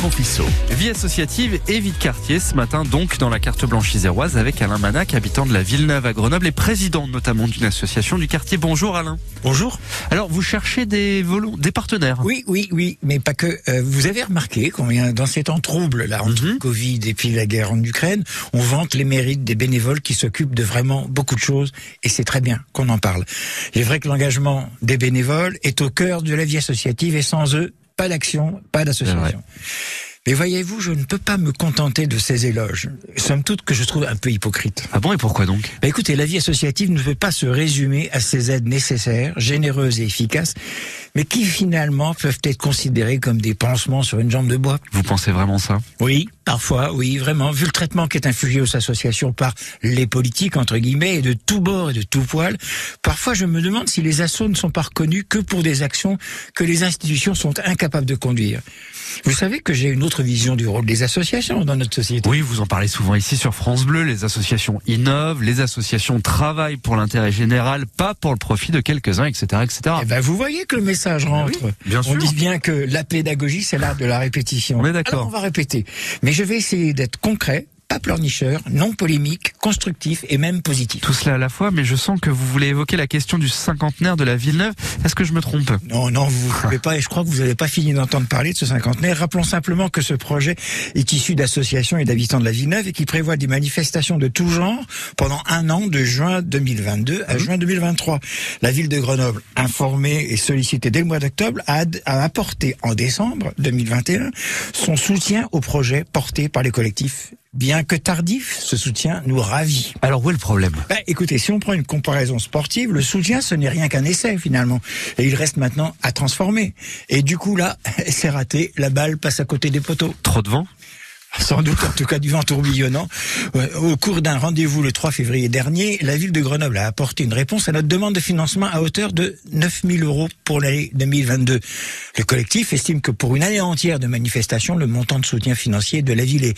Confisso. Vie associative et vie de quartier ce matin donc dans la carte blanche iséroise avec Alain Manac, habitant de la Villeneuve à Grenoble et président notamment d'une association du quartier. Bonjour Alain. Bonjour. Alors vous cherchez des partenaires. Oui, mais pas que. Vous avez remarqué combien dans ces temps troubles là entre le Covid et puis la guerre en Ukraine, on vante les mérites des bénévoles qui s'occupent de vraiment beaucoup de choses et c'est très bien qu'on en parle. Il est vrai que l'engagement des bénévoles est au cœur de la vie associative et sans eux, pas d'action, pas d'association. Mais voyez-vous, je ne peux pas me contenter de ces éloges, somme toute que je trouve un peu hypocrite. Ah bon, et pourquoi donc ? Écoutez, la vie associative ne peut pas se résumer à ces aides nécessaires, généreuses et efficaces, mais qui finalement peuvent être considérées comme des pansements sur une jambe de bois. Vous pensez vraiment ça ? Oui, parfois, oui, vraiment. Vu le traitement qui est infligé aux associations par les politiques, entre guillemets, et de tous bords et de tout poil, parfois je me demande si les assos ne sont pas reconnus que pour des actions que les institutions sont incapables de conduire. Vous savez que j'ai une autre vision du rôle des associations dans notre société. Oui, vous en parlez souvent ici sur France Bleu. Les associations innovent, les associations travaillent pour l'intérêt général, pas pour le profit de quelques-uns, etc., etc. Eh ben, vous voyez que le message rentre. Oui, bien sûr. On dit bien que la pédagogie, c'est l'art de la répétition. On est d'accord. Alors, on va répéter. Mais je vais essayer d'être concret, pas pleurnicheur, non polémique, constructif et même positif. Tout cela à la fois, mais je sens que vous voulez évoquer la question du cinquantenaire de la Villeneuve. Est-ce que je me trompe ? Non, vous ne pouvez pas, et je crois que vous n'avez pas fini d'entendre parler de ce cinquantenaire. Rappelons simplement que ce projet est issu d'associations et d'habitants de la Villeneuve et qui prévoit des manifestations de tout genre pendant un an, de juin 2022 à juin 2023. La ville de Grenoble, informée et sollicitée dès le mois d'octobre, a apporté en décembre 2021 son soutien au projet porté par les collectifs. Bien que tardif, ce soutien nous ravit. Alors où est le problème ? Écoutez, si on prend une comparaison sportive, le soutien, ce n'est rien qu'un essai finalement. Et il reste maintenant à transformer. Et du coup là, c'est raté, la balle passe à côté des poteaux. Trop de vent ? Sans doute, en tout cas du vent tourbillonnant. Au cours d'un rendez-vous le 3 février dernier, la ville de Grenoble a apporté une réponse à notre demande de financement à hauteur de 9 000 € pour l'année 2022. Le collectif estime que pour une année entière de manifestation, le montant de soutien financier de la ville est,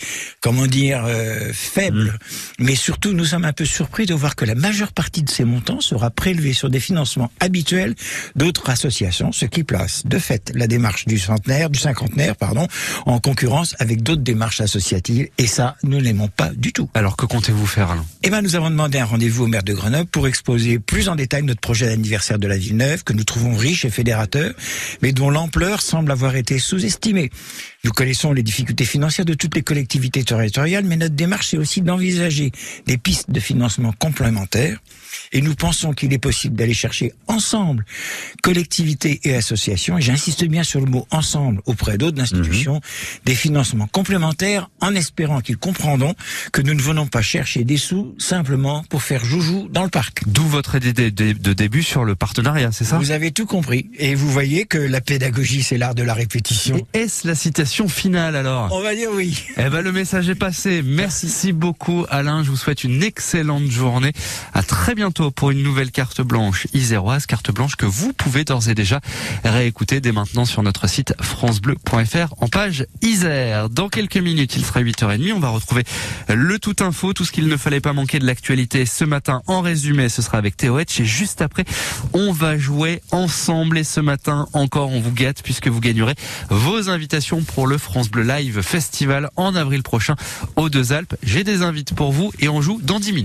faible. Mais surtout, nous sommes un peu surpris de voir que la majeure partie de ces montants sera prélevée sur des financements habituels d'autres associations, ce qui place de fait la démarche du cinquantenaire, en concurrence avec d'autres démarches associative, et ça, nous n'aimons pas du tout. Alors que comptez-vous faire, Alain ? Nous avons demandé un rendez-vous au maire de Grenoble pour exposer plus en détail notre projet d'anniversaire de la Villeneuve, que nous trouvons riche et fédérateur, mais dont l'ampleur semble avoir été sous-estimée. Nous connaissons les difficultés financières de toutes les collectivités territoriales, mais notre démarche est aussi d'envisager des pistes de financement complémentaires. Et nous pensons qu'il est possible d'aller chercher ensemble, collectivités et associations, et j'insiste bien sur le mot ensemble auprès d'autres institutions, des financements complémentaires en espérant qu'ils comprendront que nous ne venons pas chercher des sous simplement pour faire joujou dans le parc. D'où votre idée de début sur le partenariat, c'est ça ? Vous avez tout compris. Et vous voyez que la pédagogie, c'est l'art de la répétition. Et est-ce la citation finale alors ? On va dire oui. Le message est passé. Merci beaucoup Alain, je vous souhaite une excellente journée. À très bientôt pour une nouvelle carte blanche iséroise, carte blanche que vous pouvez d'ores et déjà réécouter dès maintenant sur notre site francebleu.fr en page Isère. Dans quelques minutes, il sera 8h30, on va retrouver le tout info, tout ce qu'il ne fallait pas manquer de l'actualité ce matin. En résumé, ce sera avec Théo Hetch et juste après, on va jouer ensemble et ce matin encore, on vous gâte puisque vous gagnerez vos invitations pour le France Bleu Live Festival en avril prochain aux Deux Alpes. J'ai des invites pour vous et on joue dans 10 minutes.